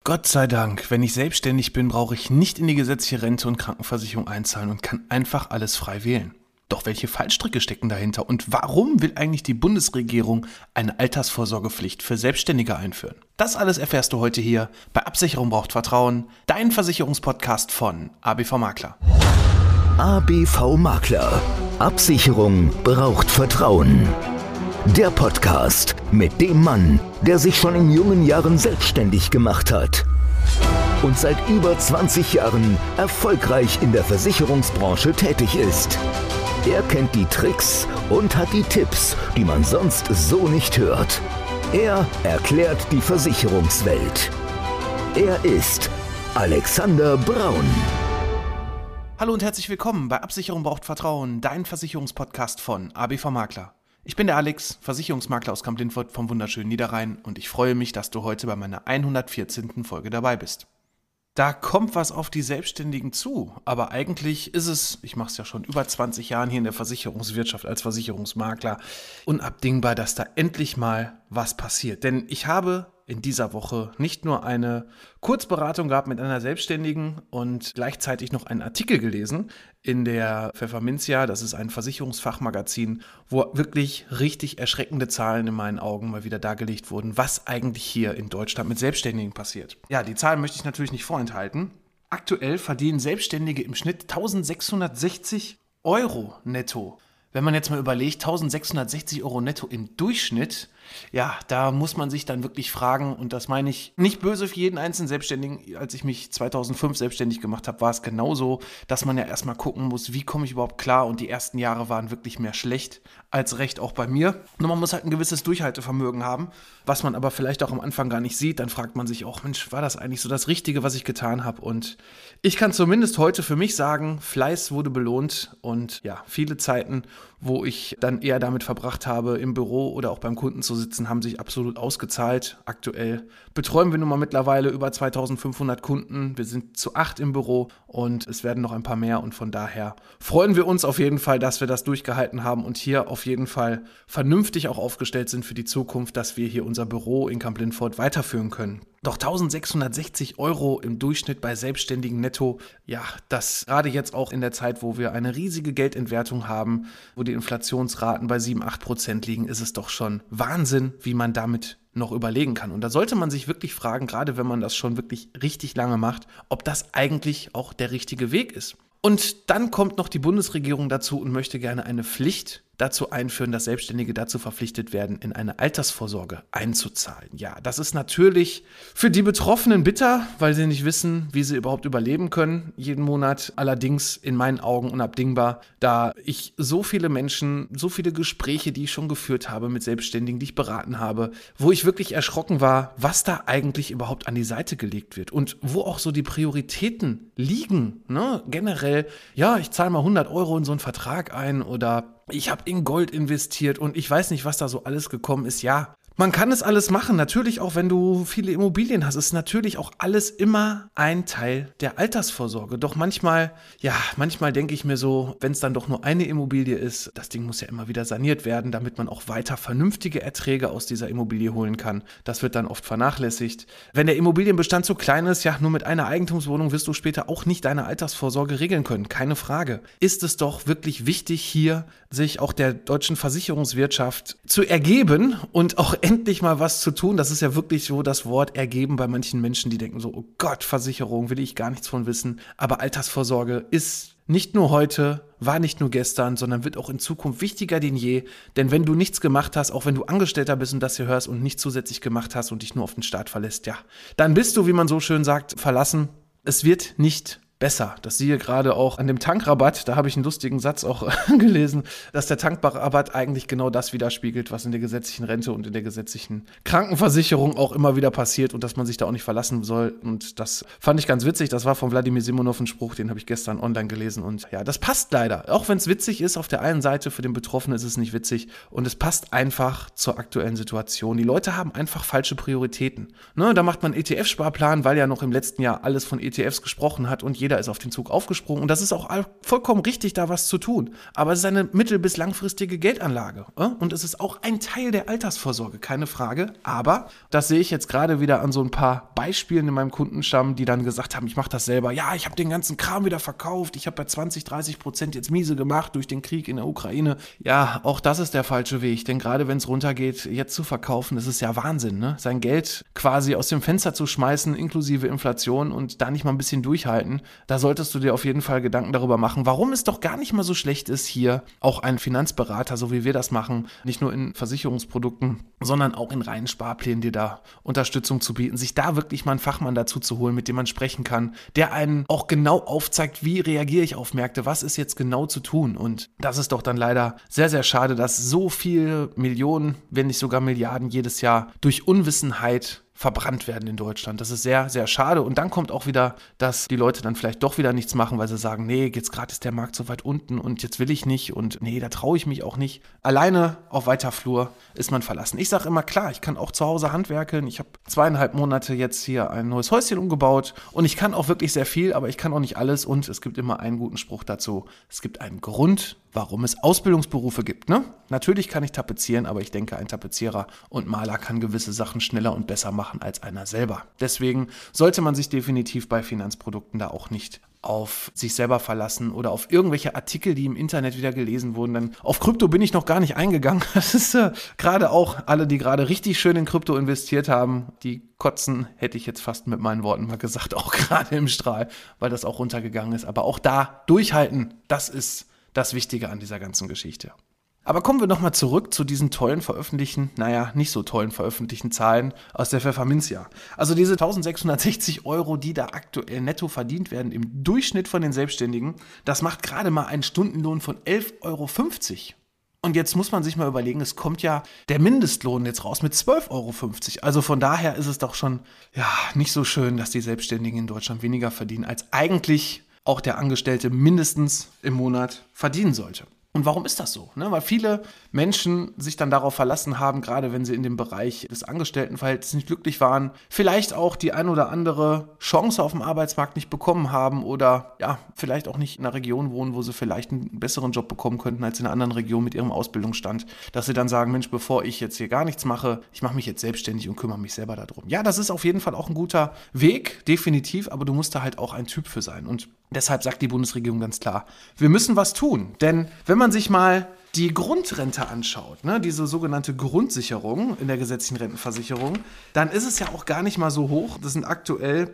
Gott sei Dank, wenn ich selbstständig bin, brauche ich nicht in die gesetzliche Rente und Krankenversicherung einzahlen und kann einfach alles frei wählen. Doch welche Fallstricke stecken dahinter und warum will eigentlich die Bundesregierung eine Altersvorsorgepflicht für Selbstständige einführen? Das alles erfährst du heute hier bei Absicherung braucht Vertrauen, dein Versicherungspodcast von ABV Makler. ABV Makler. Absicherung braucht Vertrauen. Der Podcast mit dem Mann, der sich schon in jungen Jahren selbstständig gemacht hat und seit über 20 Jahren erfolgreich in der Versicherungsbranche tätig ist. Er kennt die Tricks und hat die Tipps, die man sonst so nicht hört. Er erklärt die Versicherungswelt. Er ist Alexander Braun. Hallo und herzlich willkommen bei Absicherung braucht Vertrauen, dein Versicherungspodcast von ABV Makler. Ich bin der Alex, Versicherungsmakler aus Kamp-Lindfort vom wunderschönen Niederrhein und ich freue mich, dass du heute bei meiner 114. Folge dabei bist. Da kommt was auf die Selbstständigen zu, aber eigentlich ist es, ich mache es ja schon über 20 Jahren hier in der Versicherungswirtschaft als Versicherungsmakler, unabdingbar, dass da endlich mal was passiert. Denn ich habe in dieser Woche nicht nur eine Kurzberatung gehabt mit einer Selbstständigen und gleichzeitig noch einen Artikel gelesen in der Pfefferminzia, das ist ein Versicherungsfachmagazin, wo wirklich richtig erschreckende Zahlen in meinen Augen mal wieder dargelegt wurden, was eigentlich hier in Deutschland mit Selbstständigen passiert. Ja, die Zahlen möchte ich natürlich nicht vorenthalten. Aktuell verdienen Selbstständige im Schnitt 1.660 Euro netto. Wenn man jetzt mal überlegt, 1.660 Euro netto im Durchschnitt, ja, da muss man sich dann wirklich fragen, und das meine ich nicht böse für jeden einzelnen Selbstständigen, als ich mich 2005 selbstständig gemacht habe, war es genauso, dass man ja erstmal gucken muss, wie komme ich überhaupt klar, und die ersten Jahre waren wirklich mehr schlecht als recht, auch bei mir. Nur man muss halt ein gewisses Durchhaltevermögen haben, was man aber vielleicht auch am Anfang gar nicht sieht, dann fragt man sich auch, Mensch, war das eigentlich so das Richtige, was ich getan habe? Und ich kann zumindest heute für mich sagen, Fleiß wurde belohnt und ja, viele Zeiten, wo ich dann eher damit verbracht habe, im Büro oder auch beim Kunden zu sitzen, haben sich absolut ausgezahlt. Aktuell betreuen wir nun mal mittlerweile über 2.500 Kunden. Wir sind zu 8 im Büro und es werden noch ein paar mehr und von daher freuen wir uns auf jeden Fall, dass wir das durchgehalten haben und hier auf jeden Fall vernünftig auch aufgestellt sind für die Zukunft, dass wir hier unser Büro in Kamp-Lindfort weiterführen können. Doch 1.660 Euro im Durchschnitt bei Selbstständigen netto, ja, das gerade jetzt auch in der Zeit, wo wir eine riesige Geldentwertung haben, wo die Inflationsraten bei 7-8% liegen, ist es doch schon Wahnsinn, wie man damit noch überlegen kann. Und da sollte man sich wirklich fragen, gerade wenn man das schon wirklich richtig lange macht, ob das eigentlich auch der richtige Weg ist. Und dann kommt noch die Bundesregierung dazu und möchte gerne eine Pflicht dazu einführen, dass Selbstständige dazu verpflichtet werden, in eine Altersvorsorge einzuzahlen. Ja, das ist natürlich für die Betroffenen bitter, weil sie nicht wissen, wie sie überhaupt überleben können jeden Monat. Allerdings in meinen Augen unabdingbar, da ich so viele Menschen, so viele Gespräche, die ich schon geführt habe mit Selbstständigen, die ich beraten habe, wo ich wirklich erschrocken war, was da eigentlich überhaupt an die Seite gelegt wird und wo auch so die Prioritäten liegen, ne? Generell, ja, ich zahle mal 100 Euro in so einen Vertrag ein oder ich habe in Gold investiert und ich weiß nicht, was da so alles gekommen ist. Ja, man kann es alles machen. Natürlich auch, wenn du viele Immobilien hast, ist natürlich auch alles immer ein Teil der Altersvorsorge. Doch manchmal denke ich mir so, wenn es dann doch nur eine Immobilie ist, das Ding muss ja immer wieder saniert werden, damit man auch weiter vernünftige Erträge aus dieser Immobilie holen kann. Das wird dann oft vernachlässigt. Wenn der Immobilienbestand so klein ist, ja, nur mit einer Eigentumswohnung wirst du später auch nicht deine Altersvorsorge regeln können. Keine Frage. Ist es doch wirklich wichtig, hier sich auch der deutschen Versicherungswirtschaft zu ergeben und auch endlich mal was zu tun. Das ist ja wirklich so das Wort ergeben bei manchen Menschen, die denken so, oh Gott, Versicherung, will ich gar nichts von wissen. Aber Altersvorsorge ist nicht nur heute, war nicht nur gestern, sondern wird auch in Zukunft wichtiger denn je. Denn wenn du nichts gemacht hast, auch wenn du Angestellter bist und das hier hörst und nichts zusätzlich gemacht hast und dich nur auf den Staat verlässt, ja, dann bist du, wie man so schön sagt, verlassen. Es wird nicht besser. Das siehe gerade auch an dem Tankrabatt, da habe ich einen lustigen Satz auch gelesen, dass der Tankrabatt eigentlich genau das widerspiegelt, was in der gesetzlichen Rente und in der gesetzlichen Krankenversicherung auch immer wieder passiert und dass man sich da auch nicht verlassen soll. Und das fand ich ganz witzig, das war von Wladimir Simonow ein Spruch, den habe ich gestern online gelesen und ja, das passt leider. Auch wenn es witzig ist, auf der einen Seite für den Betroffenen ist es nicht witzig und es passt einfach zur aktuellen Situation. Die Leute haben einfach falsche Prioritäten. Ne, da macht man ETF-Sparplan, weil ja noch im letzten Jahr alles von ETFs gesprochen hat und jeder jeder ist auf den Zug aufgesprungen und das ist auch vollkommen richtig, da was zu tun. Aber es ist eine mittel- bis langfristige Geldanlage und es ist auch ein Teil der Altersvorsorge, keine Frage. Aber das sehe ich jetzt gerade wieder an so ein paar Beispielen in meinem Kundenstamm, die dann gesagt haben, ich mache das selber. Ja, ich habe den ganzen Kram wieder verkauft, ich habe bei 20-30% jetzt miese gemacht durch den Krieg in der Ukraine. Ja, auch das ist der falsche Weg, denn gerade wenn es runtergeht, jetzt zu verkaufen, das ist ja Wahnsinn, ne? Sein Geld quasi aus dem Fenster zu schmeißen, inklusive Inflation und da nicht mal ein bisschen durchhalten, da solltest du dir auf jeden Fall Gedanken darüber machen, warum es doch gar nicht mal so schlecht ist, hier auch einen Finanzberater, so wie wir das machen, nicht nur in Versicherungsprodukten, sondern auch in reinen Sparplänen, dir da Unterstützung zu bieten, sich da wirklich mal einen Fachmann dazu zu holen, mit dem man sprechen kann, der einen auch genau aufzeigt, wie reagiere ich auf Märkte, was ist jetzt genau zu tun. Und das ist doch dann leider sehr, sehr schade, dass so viele Millionen, wenn nicht sogar Milliarden jedes Jahr durch Unwissenheit verbrannt werden in Deutschland. Das ist sehr, sehr schade. Und dann kommt auch wieder, dass die Leute dann vielleicht doch wieder nichts machen, weil sie sagen, nee, jetzt gerade ist der Markt so weit unten und jetzt will ich nicht und nee, da traue ich mich auch nicht. Alleine auf weiter Flur ist man verlassen. Ich sage immer, klar, ich kann auch zu Hause handwerkeln. Ich habe 2,5 Monate jetzt hier ein neues Häuschen umgebaut und ich kann auch wirklich sehr viel, aber ich kann auch nicht alles und es gibt immer einen guten Spruch dazu. Es gibt einen Grund, warum es Ausbildungsberufe gibt, ne? Natürlich kann ich tapezieren, aber ich denke, ein Tapezierer und Maler kann gewisse Sachen schneller und besser machen als einer selber. Deswegen sollte man sich definitiv bei Finanzprodukten da auch nicht auf sich selber verlassen oder auf irgendwelche Artikel, die im Internet wieder gelesen wurden. Denn auf Krypto bin ich noch gar nicht eingegangen. Das ist gerade auch alle, die gerade richtig schön in Krypto investiert haben, die kotzen, hätte ich jetzt fast mit meinen Worten mal gesagt, auch gerade im Strahl, weil das auch runtergegangen ist. Aber auch da durchhalten, das ist das Wichtige an dieser ganzen Geschichte. Aber kommen wir nochmal zurück zu diesen tollen veröffentlichten, nicht so tollen veröffentlichten Zahlen aus der Pfefferminzia. Also diese 1.660 €, die da aktuell netto verdient werden im Durchschnitt von den Selbstständigen, das macht gerade mal einen Stundenlohn von 11,50 €. Und jetzt muss man sich mal überlegen, es kommt ja der Mindestlohn jetzt raus mit 12,50 €. Also von daher ist es doch schon nicht so schön, dass die Selbstständigen in Deutschland weniger verdienen, als eigentlich auch der Angestellte mindestens im Monat verdienen sollte. Und warum ist das so? Weil viele Menschen sich dann darauf verlassen haben, gerade wenn sie in dem Bereich des Angestelltenverhältnisses nicht glücklich waren, vielleicht auch die ein oder andere Chance auf dem Arbeitsmarkt nicht bekommen haben oder vielleicht auch nicht in einer Region wohnen, wo sie vielleicht einen besseren Job bekommen könnten als in einer anderen Region mit ihrem Ausbildungsstand, dass sie dann sagen, Mensch, bevor ich jetzt hier gar nichts mache, ich mache mich jetzt selbstständig und kümmere mich selber darum. Ja, das ist auf jeden Fall auch ein guter Weg, definitiv, aber du musst da halt auch ein Typ für sein. Und deshalb sagt die Bundesregierung ganz klar, wir müssen was tun, denn wenn man sich mal die Grundrente anschaut, diese sogenannte Grundsicherung in der gesetzlichen Rentenversicherung, dann ist es ja auch gar nicht mal so hoch. Das sind aktuell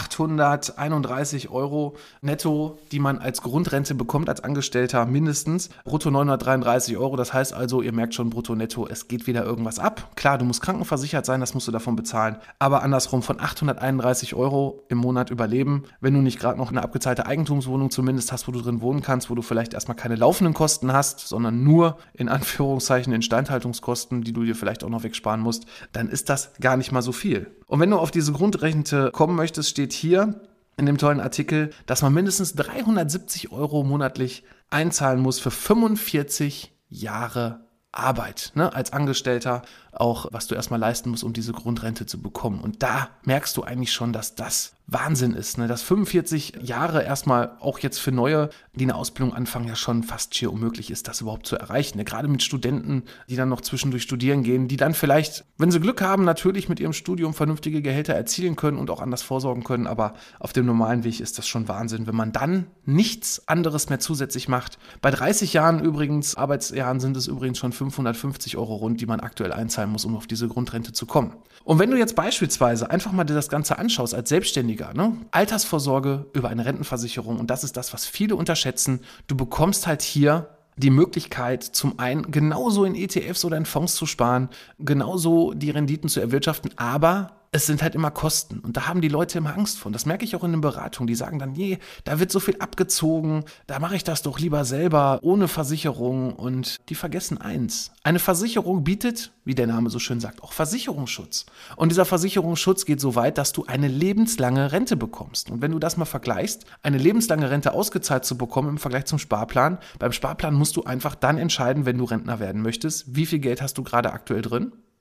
831 € netto, die man als Grundrente bekommt, als Angestellter mindestens. Brutto 933 €, das heißt also, ihr merkt schon, brutto netto, es geht wieder irgendwas ab. Klar, du musst krankenversichert sein, das musst du davon bezahlen, aber andersrum von 831 € im Monat überleben, wenn du nicht gerade noch eine abgezahlte Eigentumswohnung zumindest hast, wo du drin wohnen kannst, wo du vielleicht erstmal keine laufenden Kosten hast, sondern nur in Anführungszeichen Instandhaltungskosten, die du dir vielleicht auch noch wegsparen musst, dann ist das gar nicht mal so viel. Und wenn du auf diese Grundrente kommen möchtest, steht hier in dem tollen Artikel, dass man mindestens 370 € monatlich einzahlen muss für 45 Jahre Arbeit, als Angestellter, auch was du erstmal leisten musst, um diese Grundrente zu bekommen. Und da merkst du eigentlich schon, dass das Wahnsinn ist, dass 45 Jahre erstmal auch jetzt für Neue, die eine Ausbildung anfangen, ja schon fast schier unmöglich ist, das überhaupt zu erreichen. Gerade mit Studenten, die dann noch zwischendurch studieren gehen, die dann vielleicht, wenn sie Glück haben, natürlich mit ihrem Studium vernünftige Gehälter erzielen können und auch anders vorsorgen können, aber auf dem normalen Weg ist das schon Wahnsinn, wenn man dann nichts anderes mehr zusätzlich macht. Bei 30 Jahren übrigens, Arbeitsjahren sind es übrigens schon 550 € rund, die man aktuell einzahlen muss, um auf diese Grundrente zu kommen. Und wenn du jetzt beispielsweise einfach mal dir das Ganze anschaust als Selbstständiger, Altersvorsorge über eine Rentenversicherung, und das ist das, was viele unterschätzen, du bekommst halt hier die Möglichkeit, zum einen genauso in ETFs oder in Fonds zu sparen, genauso die Renditen zu erwirtschaften, aber es sind halt immer Kosten und da haben die Leute immer Angst vor. Und das merke ich auch in den Beratungen. Die sagen dann, nee, da wird so viel abgezogen, da mache ich das doch lieber selber, ohne Versicherung. Und die vergessen eins. Eine Versicherung bietet, wie der Name so schön sagt, auch Versicherungsschutz. Und dieser Versicherungsschutz geht so weit, dass du eine lebenslange Rente bekommst. Und wenn du das mal vergleichst, eine lebenslange Rente ausgezahlt zu bekommen im Vergleich zum Sparplan, beim Sparplan musst du einfach dann entscheiden, wenn du Rentner werden möchtest, wie viel Geld hast du gerade aktuell drin?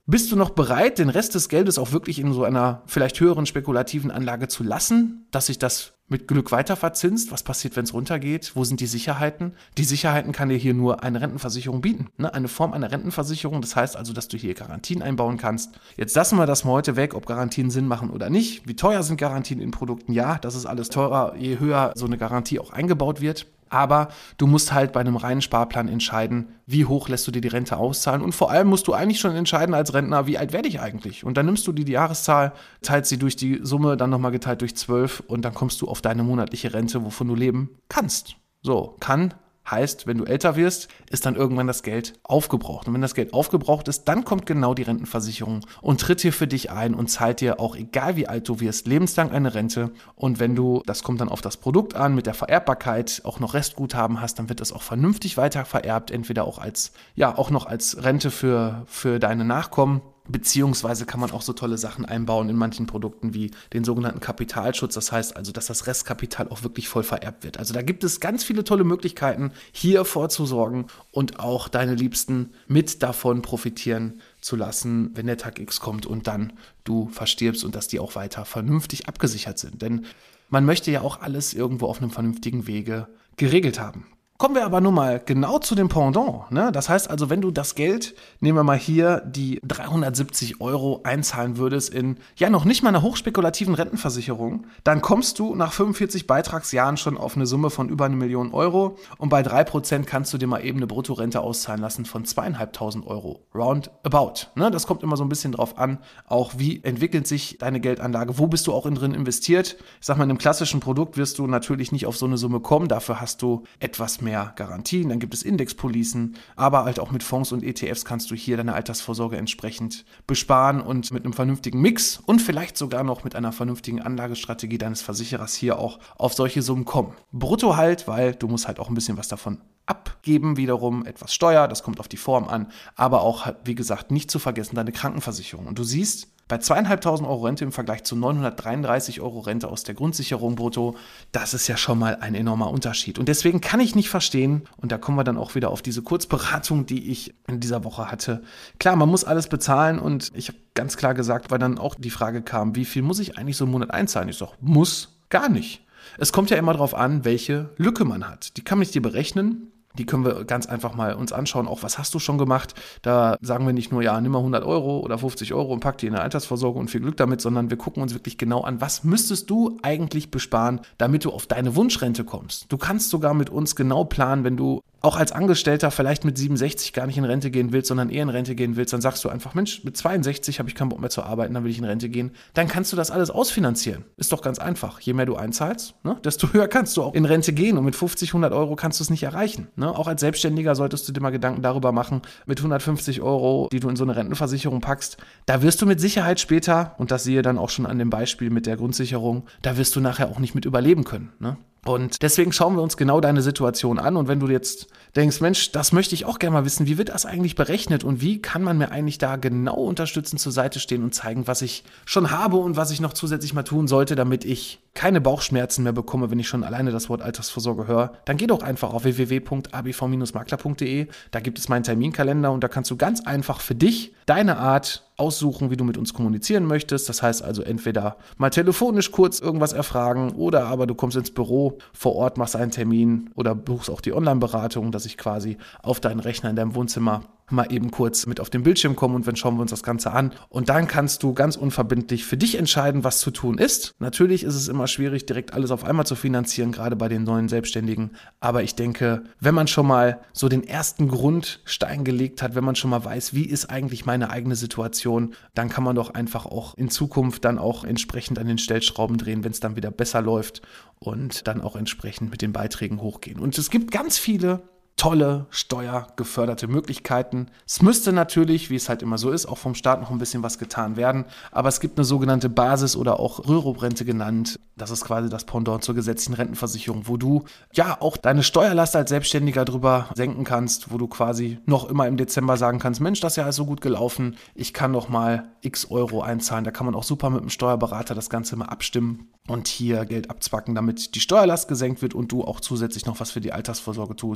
Bist du noch bereit, den Rest des Geldes auch wirklich in so einer vielleicht höheren spekulativen Anlage zu lassen, dass sich das mit Glück weiter verzinst? Was passiert, wenn es runtergeht? Wo sind die Sicherheiten? Die Sicherheiten kann dir hier nur eine Rentenversicherung bieten. Ne? Eine Form einer Rentenversicherung, das heißt also, dass du hier Garantien einbauen kannst. Jetzt lassen wir das mal heute weg, ob Garantien Sinn machen oder nicht. Wie teuer sind Garantien in Produkten? Ja, das ist alles teurer, je höher so eine Garantie auch eingebaut wird. Aber du musst halt bei einem reinen Sparplan entscheiden, wie hoch lässt du dir die Rente auszahlen. Und vor allem musst du eigentlich schon entscheiden als Rentner, wie alt werde ich eigentlich? Und dann nimmst du die Jahreszahl, teilst sie durch die Summe, dann nochmal geteilt durch 12 und dann kommst du auf deine monatliche Rente, wovon du leben kannst. So, heißt, wenn du älter wirst, ist dann irgendwann das Geld aufgebraucht. Und wenn das Geld aufgebraucht ist, dann kommt genau die Rentenversicherung und tritt hier für dich ein und zahlt dir auch, egal wie alt du wirst, lebenslang eine Rente. Und wenn du, das kommt dann auf das Produkt an, mit der Vererbbarkeit auch noch Restguthaben hast, dann wird das auch vernünftig weiter vererbt, entweder auch auch noch als Rente für deine Nachkommen. Beziehungsweise kann man auch so tolle Sachen einbauen in manchen Produkten wie den sogenannten Kapitalschutz. Das heißt also, dass das Restkapital auch wirklich voll vererbt wird. Also da gibt es ganz viele tolle Möglichkeiten, hier vorzusorgen und auch deine Liebsten mit davon profitieren zu lassen, wenn der Tag X kommt und dann du verstirbst und dass die auch weiter vernünftig abgesichert sind. Denn man möchte ja auch alles irgendwo auf einem vernünftigen Wege geregelt haben. Kommen wir aber nun mal genau zu dem Pendant. Ne? Das heißt also, wenn du das Geld, nehmen wir mal hier, die 370 € einzahlen würdest in, noch nicht mal einer hochspekulativen Rentenversicherung, dann kommst du nach 45 Beitragsjahren schon auf eine Summe von über 1 Million Euro und bei 3% kannst du dir mal eben eine Bruttorente auszahlen lassen von 2.500 €. Roundabout. Ne? Das kommt immer so ein bisschen drauf an, auch wie entwickelt sich deine Geldanlage, wo bist du auch drin investiert. Ich sag mal, in einem klassischen Produkt wirst du natürlich nicht auf so eine Summe kommen, dafür hast du etwas mehr Garantien, dann gibt es Indexpolicen, aber halt auch mit Fonds und ETFs kannst du hier deine Altersvorsorge entsprechend besparen und mit einem vernünftigen Mix und vielleicht sogar noch mit einer vernünftigen Anlagestrategie deines Versicherers hier auch auf solche Summen kommen. Brutto halt, weil du musst halt auch ein bisschen was davon abgeben, wiederum etwas Steuer, das kommt auf die Form an, aber auch, wie gesagt, nicht zu vergessen deine Krankenversicherung. Und du siehst, bei 2.500 € Rente im Vergleich zu 933 € Rente aus der Grundsicherung brutto, das ist ja schon mal ein enormer Unterschied. Und deswegen kann ich nicht verstehen, und da kommen wir dann auch wieder auf diese Kurzberatung, die ich in dieser Woche hatte. Klar, man muss alles bezahlen und ich habe ganz klar gesagt, weil dann auch die Frage kam, wie viel muss ich eigentlich so im Monat einzahlen? Ich sage, muss gar nicht. Es kommt ja immer darauf an, welche Lücke man hat. Die kann man dir berechnen. Die können wir ganz einfach mal uns anschauen, auch was hast du schon gemacht. Da sagen wir nicht nur, nimm mal 100 € oder 50 € und pack die in eine Altersvorsorge und viel Glück damit, sondern wir gucken uns wirklich genau an, was müsstest du eigentlich besparen, damit du auf deine Wunschrente kommst. Du kannst sogar mit uns genau planen, wenn du auch als Angestellter vielleicht mit 67 gar nicht in Rente gehen willst, sondern eher in Rente gehen willst, dann sagst du einfach, Mensch, mit 62 habe ich keinen Bock mehr zu arbeiten, dann will ich in Rente gehen. Dann kannst du das alles ausfinanzieren. Ist doch ganz einfach. Je mehr du einzahlst, desto höher kannst du auch in Rente gehen und mit 50, 100 € kannst du es nicht erreichen. Auch als Selbstständiger solltest du dir mal Gedanken darüber machen, mit 150 €, die du in so eine Rentenversicherung packst, da wirst du mit Sicherheit später, und das sehe dann auch schon an dem Beispiel mit der Grundsicherung, da wirst du nachher auch nicht mit überleben können. Und deswegen schauen wir uns genau deine Situation an. Und wenn du jetzt denkst, Mensch, das möchte ich auch gerne mal wissen, wie wird das eigentlich berechnet und wie kann man mir eigentlich da genau unterstützend zur Seite stehen und zeigen, was ich schon habe und was ich noch zusätzlich mal tun sollte, damit ich keine Bauchschmerzen mehr bekomme, wenn ich schon alleine das Wort Altersvorsorge höre, dann geh doch einfach auf www.abv-makler.de. Da gibt es meinen Terminkalender und da kannst du ganz einfach für dich deine Art aussuchen, wie du mit uns kommunizieren möchtest. Das heißt also entweder mal telefonisch kurz irgendwas erfragen oder aber du kommst ins Büro vor Ort, machst einen Termin oder buchst auch die Online-Beratung, dass ich quasi auf deinen Rechner in deinem Wohnzimmer mal eben kurz mit auf den Bildschirm kommen und dann schauen wir uns das Ganze an. Und dann kannst du ganz unverbindlich für dich entscheiden, was zu tun ist. Natürlich ist es immer schwierig, direkt alles auf einmal zu finanzieren, gerade bei den neuen Selbstständigen. Aber ich denke, wenn man schon mal so den ersten Grundstein gelegt hat, wenn man schon mal weiß, wie ist eigentlich meine eigene Situation, dann kann man doch einfach auch in Zukunft dann auch entsprechend an den Stellschrauben drehen, wenn es dann wieder besser läuft und dann auch entsprechend mit den Beiträgen hochgehen. Und es gibt ganz viele tolle steuergeförderte Möglichkeiten. Es müsste natürlich, wie es halt immer so ist, auch vom Staat noch ein bisschen was getan werden. Aber es gibt eine sogenannte Basis- oder auch Rürup-Rente genannt. Das ist quasi das Pendant zur gesetzlichen Rentenversicherung, wo du ja auch deine Steuerlast als Selbstständiger drüber senken kannst, wo du quasi noch immer im Dezember sagen kannst, Mensch, das Jahr ist so gut gelaufen, ich kann noch mal x Euro einzahlen. Da kann man auch super mit dem Steuerberater das Ganze mal abstimmen und hier Geld abzwacken, damit die Steuerlast gesenkt wird und du auch zusätzlich noch was für die Altersvorsorge tust.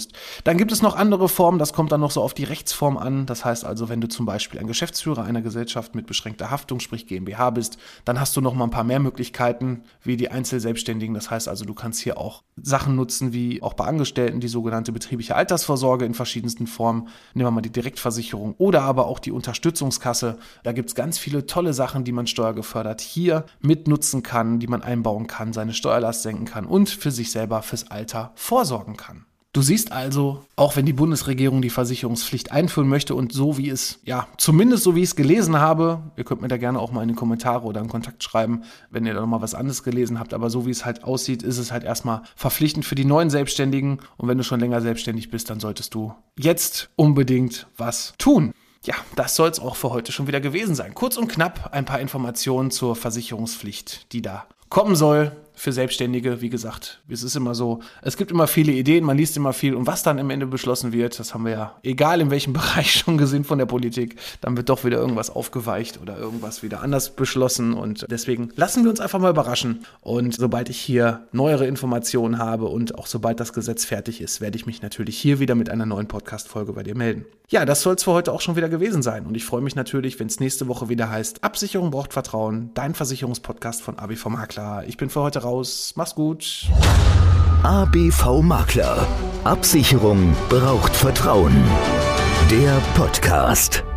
Dann gibt es noch andere Formen, das kommt dann noch so auf die Rechtsform an. Das heißt also, wenn du zum Beispiel ein Geschäftsführer einer Gesellschaft mit beschränkter Haftung, sprich GmbH bist, dann hast du noch mal ein paar mehr Möglichkeiten wie die Einzelselbstständigen. Das heißt also, du kannst hier auch Sachen nutzen wie auch bei Angestellten die sogenannte betriebliche Altersvorsorge in verschiedensten Formen. Nehmen wir mal die Direktversicherung oder aber auch die Unterstützungskasse. Da gibt es ganz viele tolle Sachen, die man steuergefördert hier mitnutzen kann, die man einbauen kann, seine Steuerlast senken kann und für sich selber fürs Alter vorsorgen kann. Du siehst also, auch wenn die Bundesregierung die Versicherungspflicht einführen möchte und so wie es, zumindest so wie ich es gelesen habe, ihr könnt mir da gerne auch mal in die Kommentare oder in Kontakt schreiben, wenn ihr da nochmal was anderes gelesen habt, aber so wie es halt aussieht, ist es halt erstmal verpflichtend für die neuen Selbstständigen und wenn du schon länger selbstständig bist, dann solltest du jetzt unbedingt was tun. Ja, das soll es auch für heute schon wieder gewesen sein. Kurz und knapp ein paar Informationen zur Versicherungspflicht, die da kommen soll für Selbstständige. Wie gesagt, es ist immer so, es gibt immer viele Ideen, man liest immer viel und was dann am Ende beschlossen wird, das haben wir ja, egal in welchem Bereich schon gesehen von der Politik, dann wird doch wieder irgendwas aufgeweicht oder irgendwas wieder anders beschlossen und deswegen lassen wir uns einfach mal überraschen und sobald ich hier neuere Informationen habe und auch sobald das Gesetz fertig ist, werde ich mich natürlich hier wieder mit einer neuen Podcast-Folge bei dir melden. Ja, das soll es für heute auch schon wieder gewesen sein und ich freue mich natürlich, wenn es nächste Woche wieder heißt, Absicherung braucht Vertrauen, dein Versicherungspodcast von ABV Makler. Ich bin für heute raus. Mach's gut. ABV Makler. Absicherung braucht Vertrauen. Der Podcast.